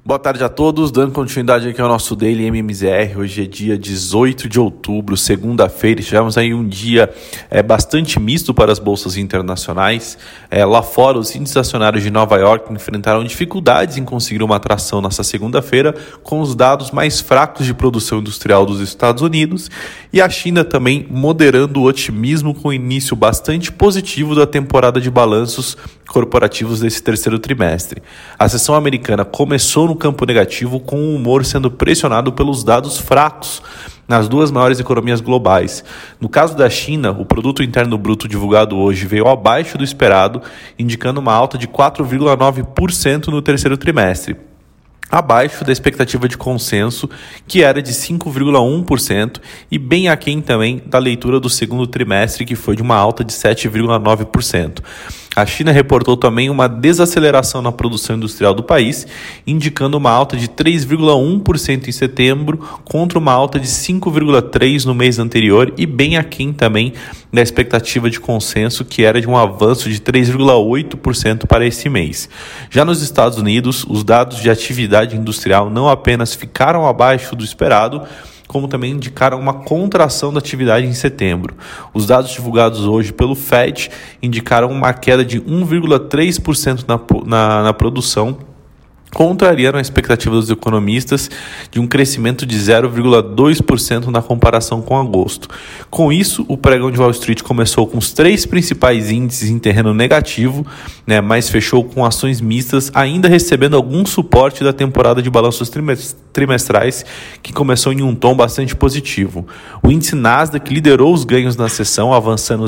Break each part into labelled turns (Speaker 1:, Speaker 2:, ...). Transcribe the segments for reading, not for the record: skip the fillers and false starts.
Speaker 1: Boa tarde a todos, dando continuidade aqui ao nosso Daily MMZR. Hoje é dia 18 de outubro, segunda-feira. Tivemos aí um dia bastante misto para as bolsas internacionais. Lá fora, os índices acionários de Nova York enfrentaram dificuldades em conseguir uma atração nessa segunda-feira, com os dados mais fracos de produção industrial dos Estados Unidos, e a China também moderando o otimismo com o início bastante positivo da temporada de balanços corporativos desse terceiro trimestre. A sessão americana começou no campo negativo, com o humor sendo pressionado pelos dados fracos nas duas maiores economias globais. No caso da China, o produto interno bruto divulgado hoje veio abaixo do esperado, indicando uma alta de 4,9% no terceiro trimestre, abaixo da expectativa de consenso, que era de 5,1%, e bem aquém também da leitura do segundo trimestre, que foi de uma alta de 7,9%. A China reportou também uma desaceleração na produção industrial do país, indicando uma alta de 3,1% em setembro, contra uma alta de 5,3% no mês anterior, e bem aquém também da expectativa de consenso, que era de um avanço de 3,8% para esse mês. Já nos Estados Unidos, os dados de atividade industrial não apenas ficaram abaixo do esperado, como também indicaram uma contração da atividade em setembro. Os dados divulgados hoje pelo Fed indicaram uma queda de 1,3% na produção, contrariando a expectativa dos economistas de um crescimento de 0,2% na comparação com agosto. Com isso, o pregão de Wall Street começou com os três principais índices em terreno negativo, mas fechou com ações mistas, ainda recebendo algum suporte da temporada de balanços trimestrais, que começou em um tom bastante positivo. O índice Nasdaq liderou os ganhos na sessão, avançando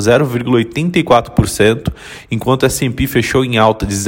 Speaker 1: 0,84%, enquanto o S&P fechou em alta de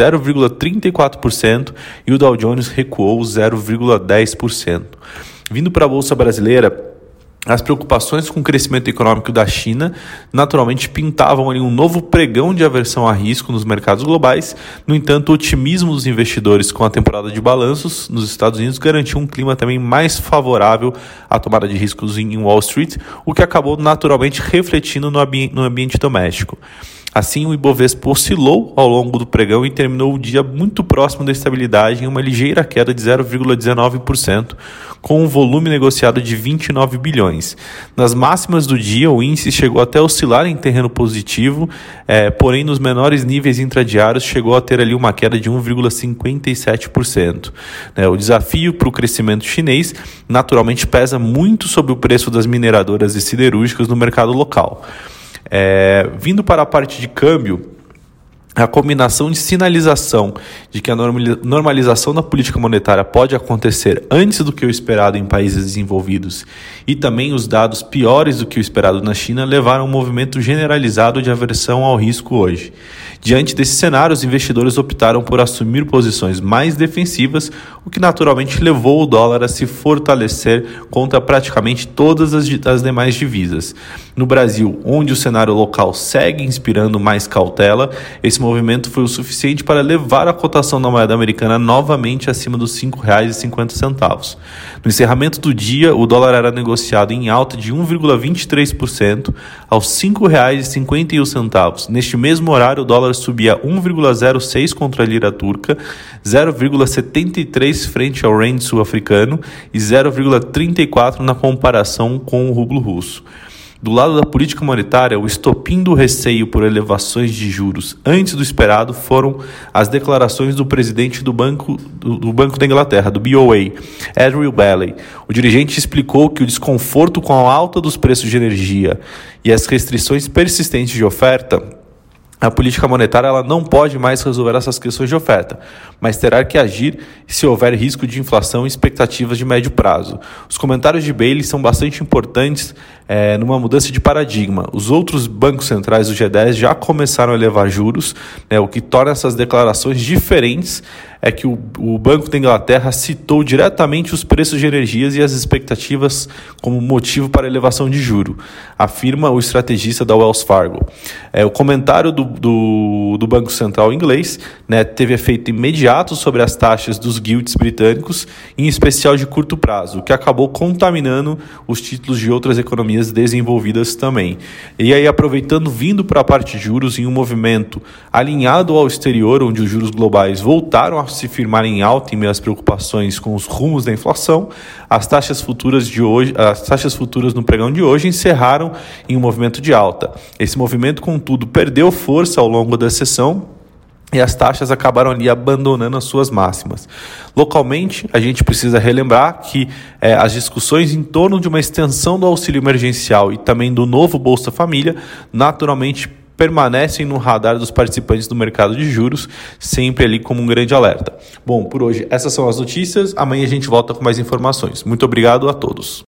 Speaker 1: 0,34% e o Dow Jones recuou 0,10%. Vindo para a Bolsa Brasileira, as preocupações com o crescimento econômico da China naturalmente pintavam ali um novo pregão de aversão a risco nos mercados globais. No entanto, o otimismo dos investidores com a temporada de balanços nos Estados Unidos garantiu um clima também mais favorável à tomada de riscos em Wall Street, o que acabou naturalmente refletindo no ambiente doméstico. Assim, o Ibovespa oscilou ao longo do pregão e terminou o dia muito próximo da estabilidade, em uma ligeira queda de 0,19%, com um volume negociado de 29 bilhões. Nas máximas do dia, o índice chegou até oscilar em terreno positivo, porém nos menores níveis intradiários chegou a ter ali uma queda de 1,57%. O desafio para o crescimento chinês naturalmente pesa muito sobre o preço das mineradoras e siderúrgicas no mercado local. Vindo para a parte de câmbio, a combinação de sinalização de que a normalização da política monetária pode acontecer antes do que o esperado em países desenvolvidos, e também os dados piores do que o esperado na China, levaram a um movimento generalizado de aversão ao risco hoje. Diante desse cenário, os investidores optaram por assumir posições mais defensivas, o que naturalmente levou o dólar a se fortalecer contra praticamente todas as demais divisas. No Brasil, onde o cenário local segue inspirando mais cautela, esse movimento foi o suficiente para levar a cotação da moeda americana novamente acima dos R$ 5,50. No encerramento do dia, o dólar era negociado em alta de 1,23% aos R$ 5,51. Neste mesmo horário, o dólar subia 1,06 contra a lira turca, 0,73 frente ao rand sul-africano e 0,34 na comparação com o rublo russo. Do lado da política monetária, o estopim do receio por elevações de juros antes do esperado foram as declarações do presidente do Banco da Inglaterra, do BOA, Andrew Bailey. O dirigente explicou que o desconforto com a alta dos preços de energia e as restrições persistentes de oferta, a política monetária ela não pode mais resolver essas questões de oferta, mas terá que agir se houver risco de inflação e expectativas de médio prazo. Os comentários de Bailey são bastante importantes numa mudança de paradigma. Os outros bancos centrais do G10 já começaram a elevar juros, o que torna essas declarações diferentes. É que o Banco da Inglaterra citou diretamente os preços de energias e as expectativas como motivo para a elevação de juro, afirma o estrategista da Wells Fargo. O comentário do Banco Central inglês teve efeito imediato sobre as taxas dos gilts britânicos, em especial de curto prazo, o que acabou contaminando os títulos de outras economias desenvolvidas também. E aí, aproveitando, vindo para a parte de juros, em um movimento alinhado ao exterior, onde os juros globais voltaram a se firmar em alta em meio às preocupações com os rumos da inflação, as taxas futuras no pregão de hoje encerraram em um movimento de alta. Esse movimento, contudo, perdeu força ao longo da sessão e as taxas acabaram ali abandonando as suas máximas. Localmente, a gente precisa relembrar que as discussões em torno de uma extensão do auxílio emergencial e também do novo Bolsa Família, naturalmente permanecem no radar dos participantes do mercado de juros, sempre ali como um grande alerta. Bom, por hoje essas são as notícias. Amanhã a gente volta com mais informações. Muito obrigado a todos.